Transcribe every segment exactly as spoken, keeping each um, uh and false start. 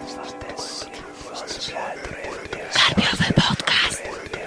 Karpiowy podcast.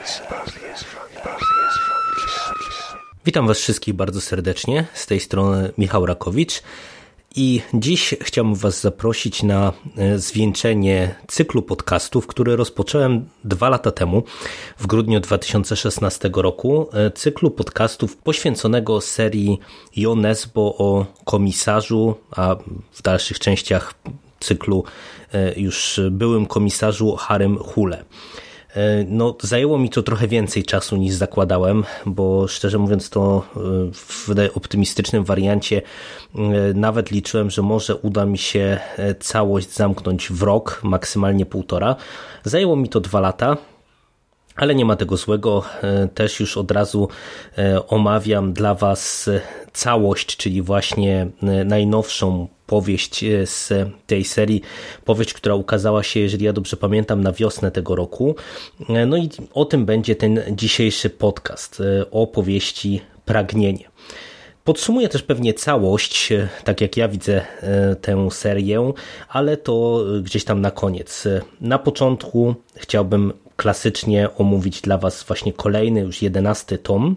Witam Was wszystkich bardzo serdecznie, z tej strony Michał Rakowicz i dziś chciałbym Was zaprosić na zwieńczenie cyklu podcastów, który rozpocząłem dwa lata temu, w grudniu dwa tysiące szesnastego roku, cyklu podcastów poświęconego serii Jo Nesbo o komisarzu, a w dalszych częściach cyklu już byłym komisarzu Harrym Hule. No, zajęło mi to trochę więcej czasu niż zakładałem, bo szczerze mówiąc to w optymistycznym wariancie nawet liczyłem, że może uda mi się całość zamknąć w rok, maksymalnie półtora. Zajęło mi to dwa lata. Ale nie ma tego złego, też już od razu omawiam dla Was całość, czyli właśnie najnowszą powieść z tej serii, powieść, która ukazała się, jeżeli ja dobrze pamiętam, na wiosnę tego roku. No i o tym będzie ten dzisiejszy podcast, o powieści Pragnienie. Podsumuję też pewnie całość, tak jak ja widzę tę serię, ale to gdzieś tam na koniec. Na początku chciałbym klasycznie omówić dla Was właśnie kolejny, już jedenasty tom.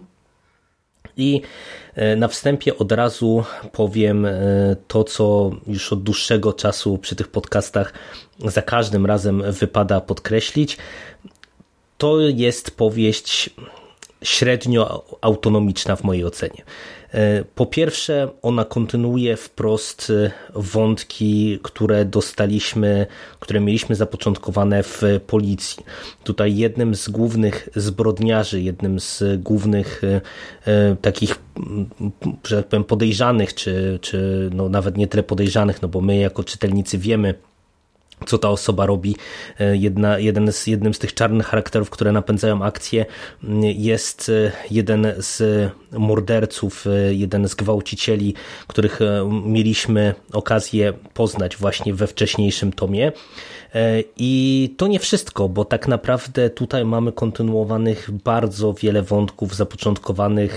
I na wstępie od razu powiem to, co już od dłuższego czasu przy tych podcastach za każdym razem wypada podkreślić. To jest powieść średnio autonomiczna w mojej ocenie. Po pierwsze, ona kontynuuje wprost wątki, które dostaliśmy, które mieliśmy zapoczątkowane w policji. Tutaj jednym z głównych zbrodniarzy, jednym z głównych takich, że tak powiem, podejrzanych, czy, czy no nawet nie tyle podejrzanych, no bo my jako czytelnicy wiemy, co ta osoba robi. Jedna, jeden z, jednym z tych czarnych charakterów, które napędzają akcję, jest jeden z morderców, jeden z gwałcicieli, których mieliśmy okazję poznać właśnie we wcześniejszym tomie. I to nie wszystko, bo tak naprawdę tutaj mamy kontynuowanych bardzo wiele wątków zapoczątkowanych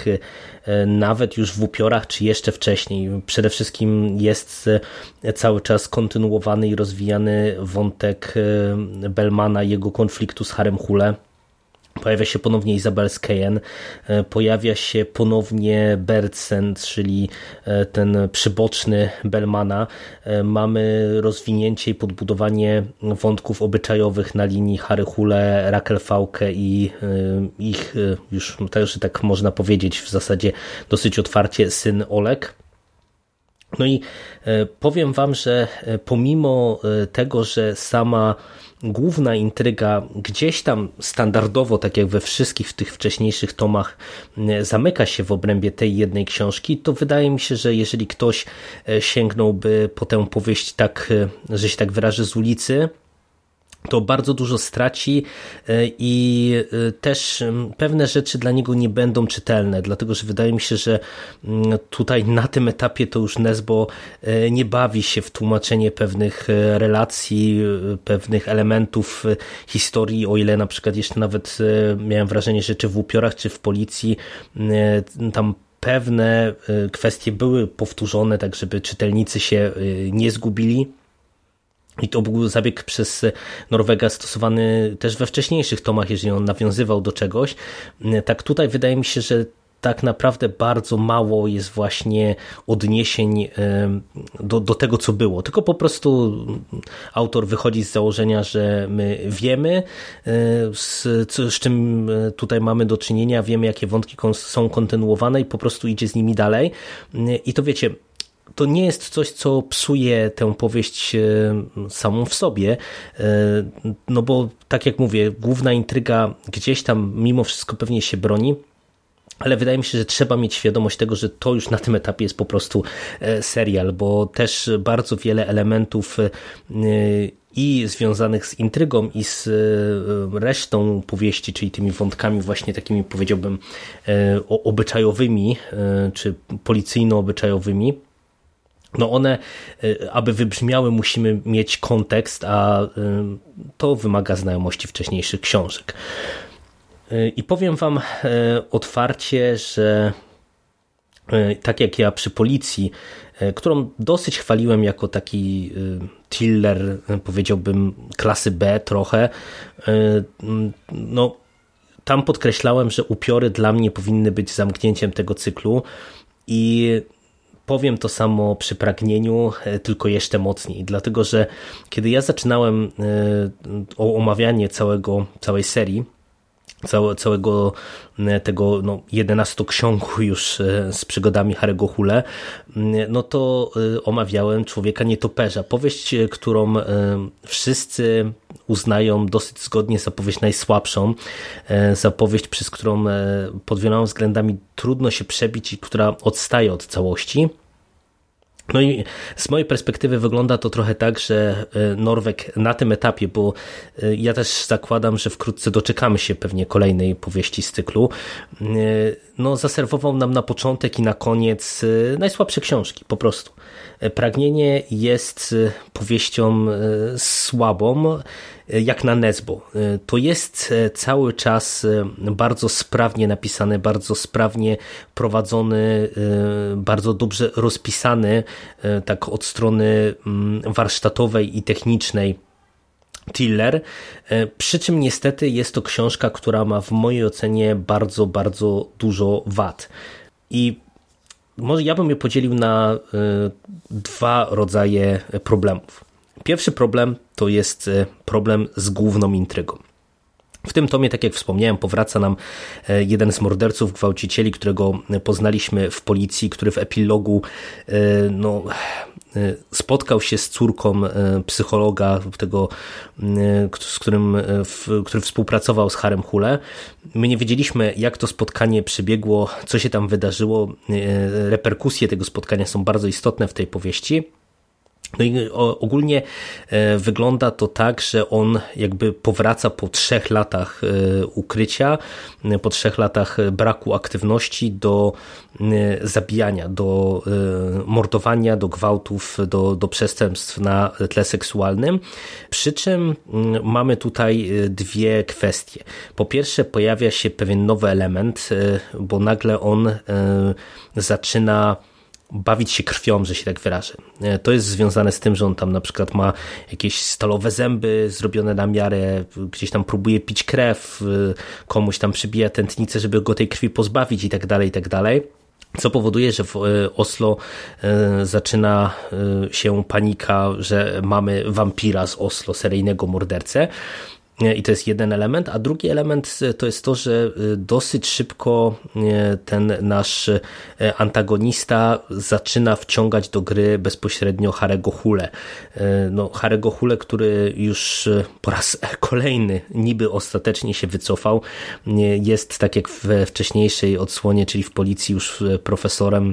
nawet już w upiorach, czy jeszcze wcześniej. Przede wszystkim jest cały czas kontynuowany i rozwijany wątek Bellmana i jego konfliktu z Harrym Hule. Pojawia się ponownie Isabel Skejen, pojawia się ponownie Bercen, czyli ten przyboczny Bellmana. Mamy rozwinięcie i podbudowanie wątków obyczajowych na linii Harry Hule, Raquel Fauke i ich, już też tak można powiedzieć w zasadzie dosyć otwarcie, syn Oleg. No i powiem Wam, że pomimo tego, że sama główna intryga gdzieś tam standardowo, tak jak we wszystkich w tych wcześniejszych tomach, zamyka się w obrębie tej jednej książki, to wydaje mi się, że jeżeli ktoś sięgnąłby po tę powieść tak, że się tak wyrażę, z ulicy, to bardzo dużo straci i też pewne rzeczy dla niego nie będą czytelne, dlatego że wydaje mi się, że tutaj na tym etapie to już Nesbo nie bawi się w tłumaczenie pewnych relacji, pewnych elementów historii, o ile na przykład jeszcze nawet miałem wrażenie, że czy w upiorach, czy w policji tam pewne kwestie były powtórzone, tak żeby czytelnicy się nie zgubili. I to był zabieg przez Norwega stosowany też we wcześniejszych tomach, jeżeli on nawiązywał do czegoś. Tak tutaj wydaje mi się, że tak naprawdę bardzo mało jest właśnie odniesień do, do tego, co było. Tylko po prostu autor wychodzi z założenia, że my wiemy, z, z czym tutaj mamy do czynienia, wiemy, jakie wątki są kontynuowane i po prostu idzie z nimi dalej. I to wiecie, to nie jest coś, co psuje tę powieść samą w sobie, no bo tak jak mówię, główna intryga gdzieś tam mimo wszystko pewnie się broni, ale wydaje mi się, że trzeba mieć świadomość tego, że to już na tym etapie jest po prostu serial, bo też bardzo wiele elementów i związanych z intrygą i z resztą powieści, czyli tymi wątkami właśnie takimi, powiedziałbym, obyczajowymi czy policyjno-obyczajowymi, no one, aby wybrzmiały, musimy mieć kontekst, a to wymaga znajomości wcześniejszych książek. I powiem Wam otwarcie, że tak jak ja przy policji którą dosyć chwaliłem jako taki thriller, powiedziałbym klasy B trochę. No, tam podkreślałem, że upiory dla mnie powinny być zamknięciem tego cyklu i powiem to samo przy Pragnieniu, tylko jeszcze mocniej, dlatego że kiedy ja zaczynałem omawianie całego, całej serii, całego tego no, jedenastoksiągu już z przygodami Harry'ego Hule, no to omawiałem Człowieka Nietoperza. Powieść, którą wszyscy uznają dosyć zgodnie za powieść najsłabszą, za powieść, przez którą pod wieloma względami trudno się przebić i która odstaje od całości. No i z mojej perspektywy wygląda to trochę tak, że Norweg na tym etapie, bo ja też zakładam, że wkrótce doczekamy się pewnie kolejnej powieści z cyklu, no zaserwował nam na początek i na koniec najsłabsze książki, po prostu. Pragnienie jest powieścią słabą, jak na Nesbo. To jest cały czas bardzo sprawnie napisany, bardzo sprawnie prowadzony, bardzo dobrze rozpisany, tak od strony warsztatowej i technicznej thriller, przy czym niestety jest to książka, która ma w mojej ocenie bardzo, bardzo dużo wad. I może ja bym je podzielił na y, dwa rodzaje problemów. Pierwszy problem to jest problem z główną intrygą. W tym tomie, tak jak wspomniałem, powraca nam jeden z morderców, gwałcicieli, którego poznaliśmy w policji, który w epilogu no, spotkał się z córką psychologa, tego, z którym, który współpracował z Harrym Hule. My nie wiedzieliśmy, jak to spotkanie przebiegło, co się tam wydarzyło. Reperkusje tego spotkania są bardzo istotne w tej powieści. No i ogólnie wygląda to tak, że on jakby powraca po trzech latach ukrycia, po trzech latach braku aktywności do zabijania, do mordowania, do gwałtów, do, do przestępstw na tle seksualnym. Przy czym mamy tutaj dwie kwestie. Po pierwsze pojawia się pewien nowy element, bo nagle on zaczyna bawić się krwią, że się tak wyrażę. To jest związane z tym, że on tam na przykład ma jakieś stalowe zęby zrobione na miarę, gdzieś tam próbuje pić krew, komuś tam przybija tętnicę, żeby go tej krwi pozbawić i tak dalej, i tak dalej. Co powoduje, że w Oslo zaczyna się panika, że mamy wampira z Oslo, seryjnego mordercę. I to jest jeden element, a drugi element to jest to, że dosyć szybko ten nasz antagonista zaczyna wciągać do gry bezpośrednio Harry'ego Hule. No, Harry'ego Hule, który już po raz kolejny niby ostatecznie się wycofał, jest tak jak w wcześniejszej odsłonie, czyli w policji już profesorem,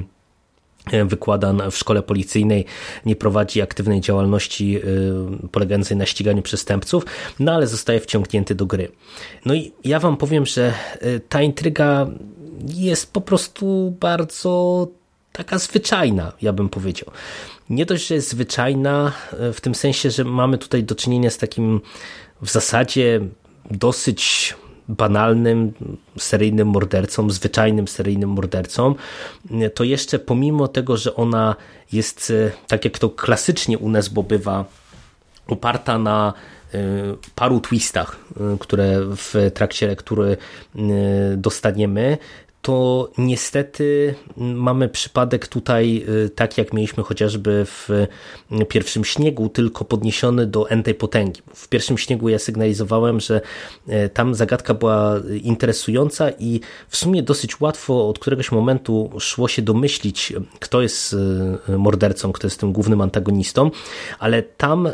wykłada w szkole policyjnej, nie prowadzi aktywnej działalności polegającej na ściganiu przestępców, no ale zostaje wciągnięty do gry. No i ja wam powiem, że ta intryga jest po prostu bardzo taka zwyczajna, ja bym powiedział. Nie dość, że jest zwyczajna w tym sensie, że mamy tutaj do czynienia z takim w zasadzie dosyć banalnym, seryjnym mordercą, zwyczajnym seryjnym mordercą, to jeszcze pomimo tego, że ona jest, tak jak to klasycznie u Nesbo bywa, oparta na paru twistach, które w trakcie lektury dostaniemy, to niestety mamy przypadek tutaj, tak jak mieliśmy chociażby w Pierwszym Śniegu, tylko podniesiony do entej potęgi. W Pierwszym Śniegu ja sygnalizowałem, że tam zagadka była interesująca i w sumie dosyć łatwo od któregoś momentu szło się domyślić, kto jest mordercą, kto jest tym głównym antagonistą, ale tam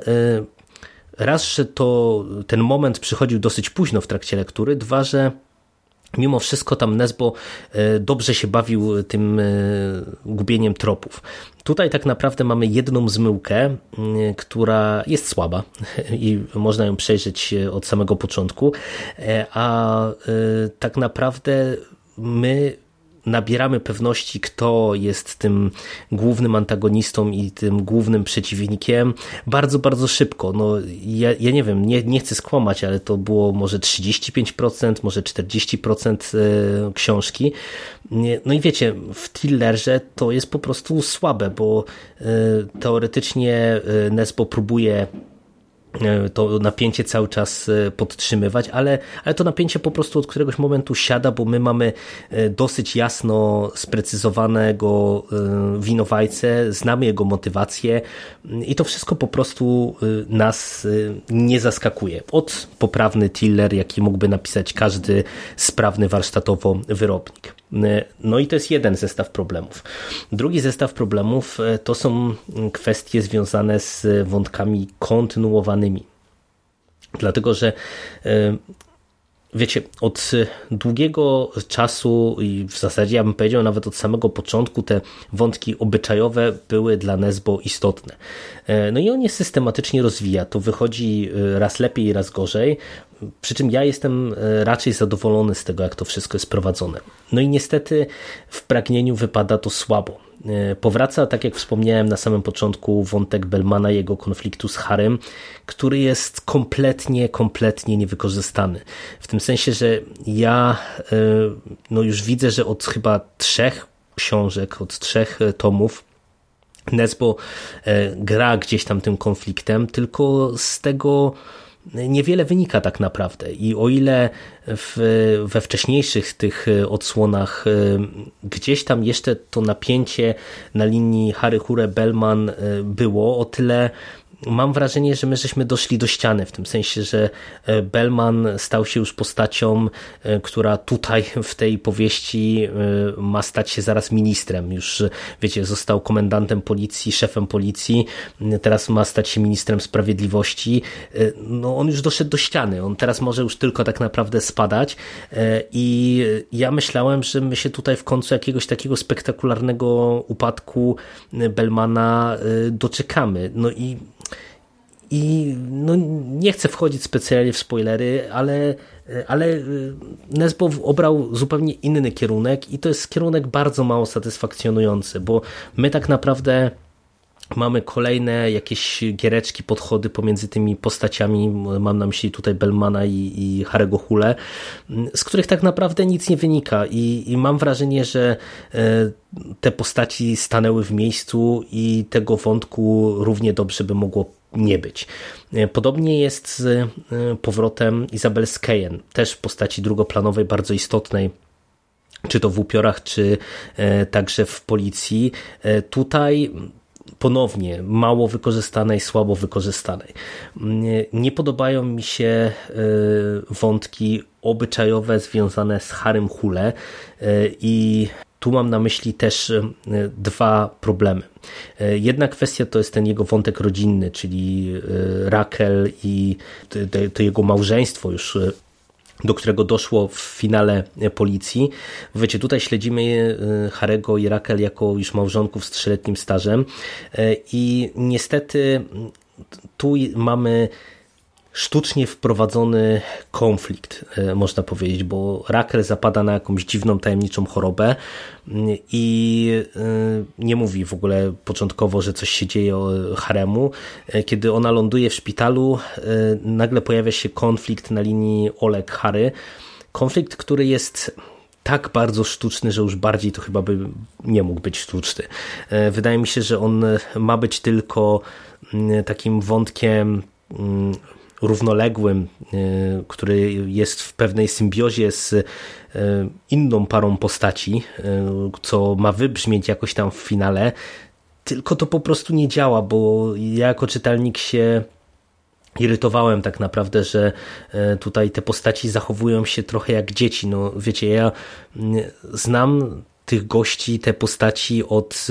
raz, że to ten moment przychodził dosyć późno w trakcie lektury, dwa, że mimo wszystko tam Nesbo dobrze się bawił tym gubieniem tropów. Tutaj tak naprawdę mamy jedną zmyłkę, która jest słaba i można ją przejrzeć od samego początku, a tak naprawdę my nabieramy pewności, kto jest tym głównym antagonistą i tym głównym przeciwnikiem bardzo, bardzo szybko. No, ja, ja nie wiem, nie, nie chcę skłamać, ale to było może trzydzieści pięć procent, może czterdzieści procent książki. No i wiecie, w thrillerze to jest po prostu słabe, bo teoretycznie Nesbo próbuje to napięcie cały czas podtrzymywać, ale, ale to napięcie po prostu od któregoś momentu siada, bo my mamy dosyć jasno sprecyzowanego winowajcę, znamy jego motywację i to wszystko po prostu nas nie zaskakuje. Od poprawny thriller, jaki mógłby napisać każdy sprawny warsztatowo wyrobnik. No i to jest jeden zestaw problemów. Drugi zestaw problemów to są kwestie związane z wątkami kontynuowanymi. Dlatego, że wiecie, od długiego czasu i w zasadzie ja bym powiedział nawet od samego początku te wątki obyczajowe były dla Nesbo istotne. No i on je systematycznie rozwija. To wychodzi raz lepiej, raz gorzej. Przy czym ja jestem raczej zadowolony z tego, jak to wszystko jest prowadzone. No i niestety w Pragnieniu wypada to słabo. Powraca, tak jak wspomniałem na samym początku, wątek Bellmana i jego konfliktu z Harrym, który jest kompletnie, kompletnie niewykorzystany. W tym sensie, że ja no już widzę, że od chyba trzech książek, od trzech tomów Nesbo gra gdzieś tam tym konfliktem, tylko z tego niewiele wynika tak naprawdę i o ile w, we wcześniejszych tych odsłonach gdzieś tam jeszcze to napięcie na linii Harry, Hure, Bellman było, o tyle mam wrażenie, że my żeśmy doszli do ściany, w tym sensie, że Bellman stał się już postacią, która tutaj w tej powieści ma stać się zaraz ministrem. Już wiecie, został komendantem policji, szefem policji, teraz ma stać się ministrem sprawiedliwości. No on już doszedł do ściany, on teraz może już tylko tak naprawdę spadać i ja myślałem, że my się tutaj w końcu jakiegoś takiego spektakularnego upadku Bellmana doczekamy. No i I no, nie chcę wchodzić specjalnie w spoilery, ale, ale Nesbo obrał zupełnie inny kierunek i to jest kierunek bardzo mało satysfakcjonujący, bo my tak naprawdę mamy kolejne jakieś giereczki, podchody pomiędzy tymi postaciami, mam na myśli tutaj Bellmana i, i Harry'ego Hule, z których tak naprawdę nic nie wynika i, i mam wrażenie, że te postaci stanęły w miejscu i tego wątku równie dobrze by mogło nie być. Podobnie jest z powrotem Izabel Skejen, też postaci drugoplanowej, bardzo istotnej, czy to w upiorach, czy także w policji. Tutaj ponownie mało wykorzystanej, słabo wykorzystanej. Nie podobają mi się wątki obyczajowe związane z Harrym Hule i tu mam na myśli też dwa problemy. Jedna kwestia to jest ten jego wątek rodzinny, czyli Raquel i to jego małżeństwo już, do którego doszło w finale policji. Wiecie, tutaj śledzimy Harry'ego i Raquel jako już małżonków z trzyletnim stażem i niestety tu mamy sztucznie wprowadzony konflikt, można powiedzieć, bo Raquel zapada na jakąś dziwną, tajemniczą chorobę i nie mówi w ogóle początkowo, że coś się dzieje Haremu. Kiedy ona ląduje w szpitalu, nagle pojawia się konflikt na linii Oleg-Harry. Konflikt, który jest tak bardzo sztuczny, że już bardziej to chyba by nie mógł być sztuczny. Wydaje mi się, że on ma być tylko takim wątkiem równoległym, który jest w pewnej symbiozie z inną parą postaci, co ma wybrzmieć jakoś tam w finale, tylko to po prostu nie działa, bo ja jako czytelnik się irytowałem tak naprawdę, że tutaj te postaci zachowują się trochę jak dzieci. No wiecie, ja znam tych gości, te postaci od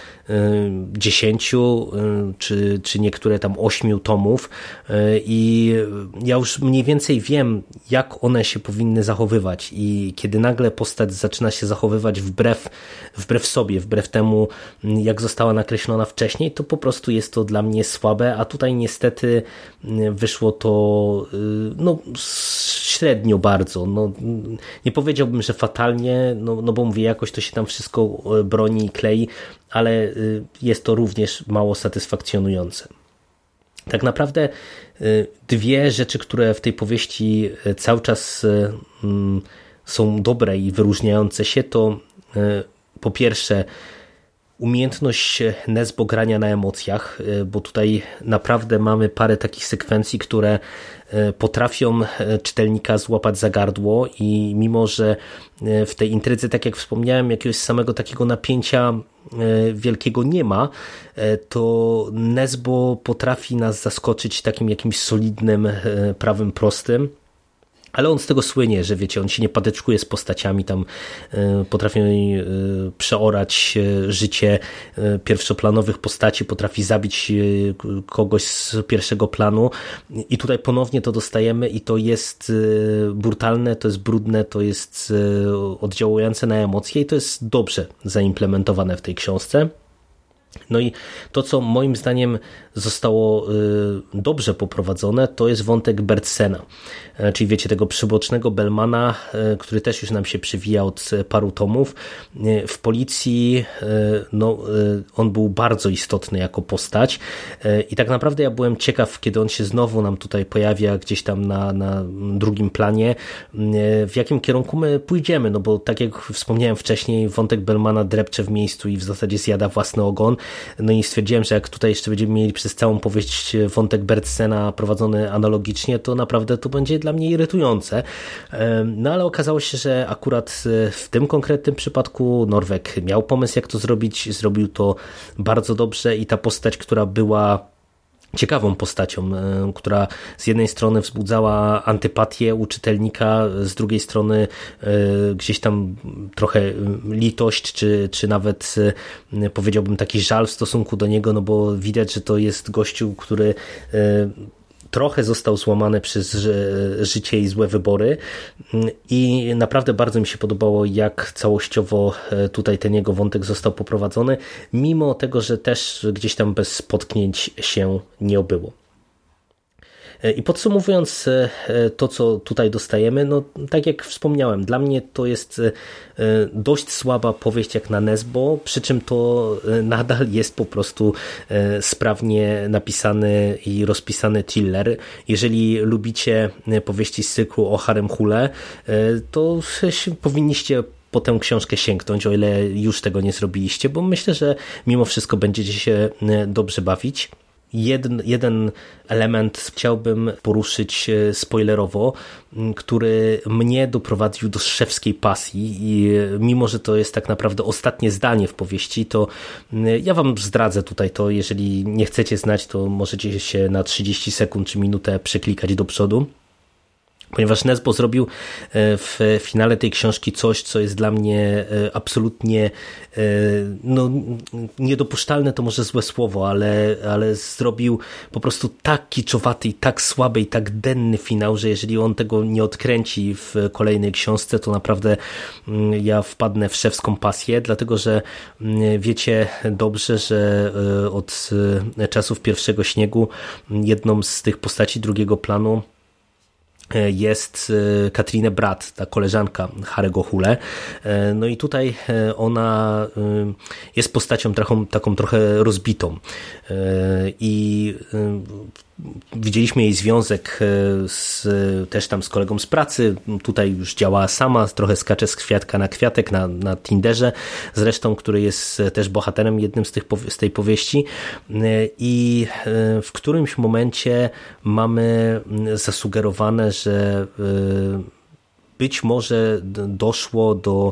dziesięciu czy, czy niektóre tam ośmiu tomów i ja już mniej więcej wiem, jak one się powinny zachowywać i kiedy nagle postać zaczyna się zachowywać wbrew, wbrew sobie, wbrew temu, jak została nakreślona wcześniej, to po prostu jest to dla mnie słabe, a tutaj niestety wyszło to no, średnio bardzo. No, nie powiedziałbym, że fatalnie, no, no bo mówię, jakoś to się tam wszystko broni i klei, ale jest to również mało satysfakcjonujące. Tak naprawdę dwie rzeczy, które w tej powieści cały czas są dobre i wyróżniające się, to po pierwsze umiejętność Nesbo grania na emocjach, bo tutaj naprawdę mamy parę takich sekwencji, które potrafią czytelnika złapać za gardło i mimo, że w tej intrydze, tak jak wspomniałem, jakiegoś samego takiego napięcia wielkiego nie ma, to Nesbo potrafi nas zaskoczyć takim jakimś solidnym prawem prostym. Ale on z tego słynie, że wiecie, on się nie patyczkuje z postaciami, tam y, potrafi y, przeorać y, życie y, pierwszoplanowych postaci, potrafi zabić y, kogoś z pierwszego planu i tutaj ponownie to dostajemy i to jest y, brutalne, to jest brudne, to jest y, oddziałujące na emocje i to jest dobrze zaimplementowane w tej książce. No i to, co moim zdaniem zostało dobrze poprowadzone, to jest wątek Bergsena, czyli wiecie, tego przybocznego Bellmana, który też już nam się przywija od paru tomów. W policji no, on był bardzo istotny jako postać i tak naprawdę ja byłem ciekaw, kiedy on się znowu nam tutaj pojawia gdzieś tam na, na drugim planie, w jakim kierunku my pójdziemy, no bo tak jak wspomniałem wcześniej, wątek Bellmana drepcze w miejscu i w zasadzie zjada własny ogon. No i stwierdziłem, że jak tutaj jeszcze będziemy mieli przez całą powieść wątek Bergsena prowadzony analogicznie, to naprawdę to będzie dla mnie irytujące. No ale okazało się, że akurat w tym konkretnym przypadku Norweg miał pomysł, jak to zrobić, zrobił to bardzo dobrze i ta postać, która była ciekawą postacią, która z jednej strony wzbudzała antypatię u czytelnika, z drugiej strony gdzieś tam trochę litość, czy, czy nawet powiedziałbym taki żal w stosunku do niego, no bo widać, że to jest gościu, który trochę został złamany przez życie i złe wybory i naprawdę bardzo mi się podobało, jak całościowo tutaj ten jego wątek został poprowadzony, mimo tego, że też gdzieś tam bez potknięć się nie obyło. I podsumowując to, co tutaj dostajemy, no tak jak wspomniałem, dla mnie to jest dość słaba powieść jak na Nesbo, przy czym to nadal jest po prostu sprawnie napisany i rozpisany thriller. Jeżeli lubicie powieści z cyklu o Harem Hule, to powinniście po tę książkę sięgnąć, o ile już tego nie zrobiliście, bo myślę, że mimo wszystko będziecie się dobrze bawić. Jeden, jeden element chciałbym poruszyć spoilerowo, który mnie doprowadził do szewskiej pasji i mimo, że to jest tak naprawdę ostatnie zdanie w powieści, to ja wam zdradzę tutaj to, jeżeli nie chcecie znać, to możecie się na trzydzieści sekund czy minutę przeklikać do przodu. Ponieważ Nesbo zrobił w finale tej książki coś, co jest dla mnie absolutnie no, niedopuszczalne, to może złe słowo, ale, ale zrobił po prostu tak kiczowaty i tak słaby i tak denny finał, że jeżeli on tego nie odkręci w kolejnej książce, to naprawdę ja wpadnę w szewską pasję, dlatego że wiecie dobrze, że od czasów pierwszego śniegu jedną z tych postaci drugiego planu jest Katrine Bratt, ta koleżanka Harego Hule. No i tutaj ona jest postacią taką, taką trochę rozbitą i widzieliśmy jej związek z, też tam z kolegą z pracy, tutaj już działała sama, trochę skacze z kwiatka na kwiatek na, na Tinderze, zresztą, który jest też bohaterem jednym z, tych, z tej powieści i w którymś momencie mamy zasugerowane, że być może doszło do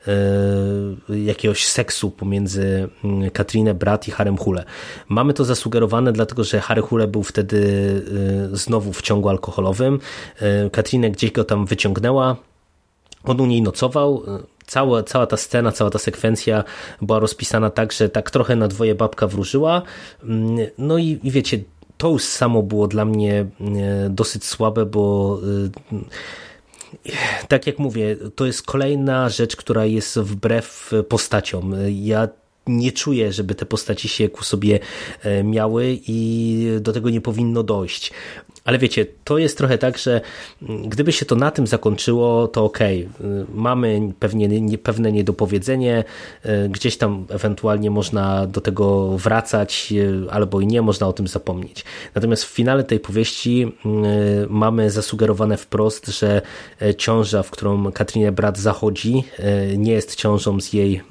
e, jakiegoś seksu pomiędzy Katrinę Bratt i Harem Hule. Mamy to zasugerowane, dlatego że Harry Hule był wtedy e, znowu w ciągu alkoholowym. E, Katrinę gdzieś go tam wyciągnęła. On u niej nocował. Cała, cała ta scena, cała ta sekwencja była rozpisana tak, że tak trochę na dwoje babka wróżyła. No i, i wiecie, to już samo było dla mnie dosyć słabe, bo tak jak mówię, to jest kolejna rzecz, która jest wbrew postaciom. Ja nie czuję, żeby te postaci się ku sobie miały i do tego nie powinno dojść. Ale wiecie, to jest trochę tak, że gdyby się to na tym zakończyło, to okej, okay. Mamy pewnie nie, pewne niedopowiedzenie, gdzieś tam ewentualnie można do tego wracać, albo i nie, można o tym zapomnieć. Natomiast w finale tej powieści mamy zasugerowane wprost, że ciąża, w którą Katrinie brat zachodzi, nie jest ciążą z jej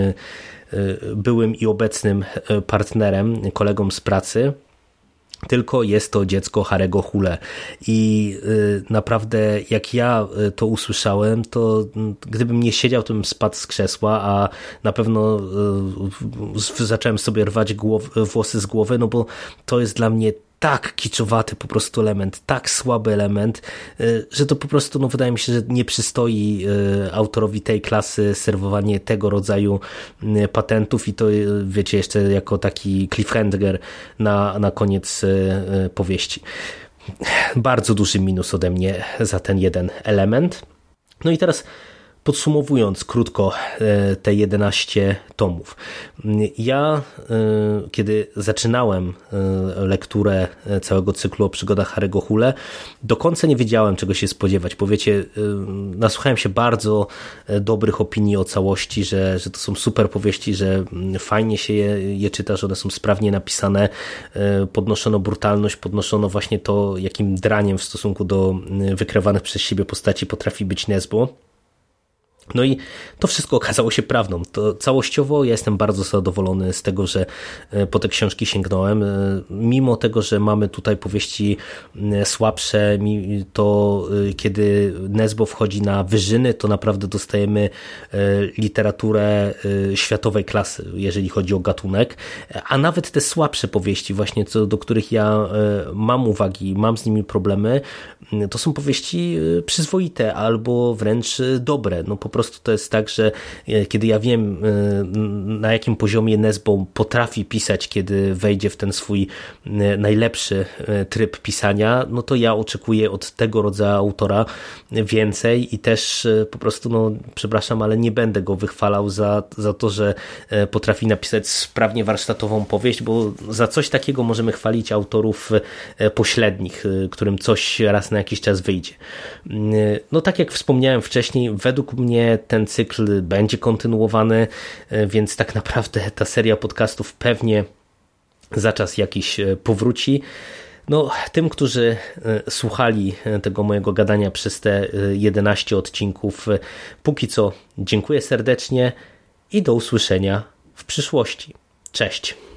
byłym i obecnym partnerem, kolegą z pracy, tylko jest to dziecko Harry'ego Hule. I naprawdę jak ja to usłyszałem, to gdybym nie siedział, to bym spadł z krzesła, a na pewno zacząłem sobie rwać głow- włosy z głowy, no bo to jest dla mnie tak kiczowaty po prostu element, tak słaby element, że to po prostu, no wydaje mi się, że nie przystoi autorowi tej klasy serwowanie tego rodzaju patentów i to, wiecie, jeszcze jako taki cliffhanger na, na koniec powieści. Bardzo duży minus ode mnie za ten jeden element. No i teraz podsumowując krótko te jedenaście tomów. Ja, kiedy zaczynałem lekturę całego cyklu o przygodach Harry'ego Hule, do końca nie wiedziałem, czego się spodziewać. Bo wiecie, nasłuchałem się bardzo dobrych opinii o całości, że, że to są super powieści, że fajnie się je, je czyta, że one są sprawnie napisane. Podnoszono brutalność, podnoszono właśnie to, jakim draniem w stosunku do wykreowanych przez siebie postaci potrafi być Nesbo. No i to wszystko okazało się prawdą. To całościowo ja jestem bardzo zadowolony z tego, że po te książki sięgnąłem. Mimo tego, że mamy tutaj powieści słabsze, to kiedy Nesbo wchodzi na wyżyny, to naprawdę dostajemy literaturę światowej klasy, jeżeli chodzi o gatunek. A nawet te słabsze powieści, właśnie co do których ja mam uwagi, mam z nimi problemy, to są powieści przyzwoite albo wręcz dobre. No po prostu to jest tak, że kiedy ja wiem, na jakim poziomie Nesbo potrafi pisać, kiedy wejdzie w ten swój najlepszy tryb pisania, no to ja oczekuję od tego rodzaju autora więcej i też po prostu, no przepraszam, ale nie będę go wychwalał za, za to, że potrafi napisać sprawnie warsztatową powieść, bo za coś takiego możemy chwalić autorów pośrednich, którym coś raz na jakiś czas wyjdzie. No tak jak wspomniałem wcześniej, według mnie ten cykl będzie kontynuowany, więc tak naprawdę ta seria podcastów pewnie za czas jakiś powróci. No, tym, którzy słuchali tego mojego gadania przez te jedenaście odcinków, póki co dziękuję serdecznie i do usłyszenia w przyszłości. Cześć!